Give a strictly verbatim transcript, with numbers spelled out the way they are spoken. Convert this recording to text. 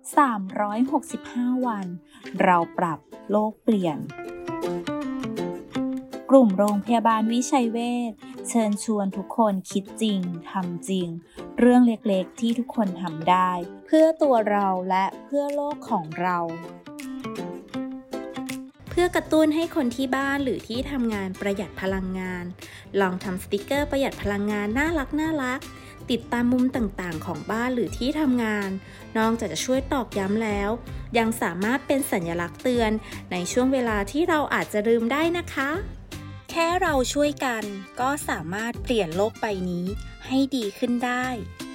สามร้อยหกสิบห้า วัน เราปรับโลกเปลี่ยน กลุ่มโรงพยาบาลวิชัยเวชเชิญชวนทุกคนคิดจริงทำจริงเรื่องเล็กๆที่ทุกคนทำได้เพื่อตัวเราและเพื่อโลกของเราเพื่อกระตุ้นให้คนที่บ้านหรือที่ทำงานประหยัดพลังงานลองทำสติกเกอร์ประหยัดพลังงานน่ารักน่ารักติดตามมุมต่างๆของบ้านหรือที่ทำงานนอกจากจะช่วยตอกย้ำแล้วยังสามารถเป็นสัญลักษณ์เตือนในช่วงเวลาที่เราอาจจะลืมได้นะคะแค่เราช่วยกันก็สามารถเปลี่ยนโลกใบนี้ให้ดีขึ้นได้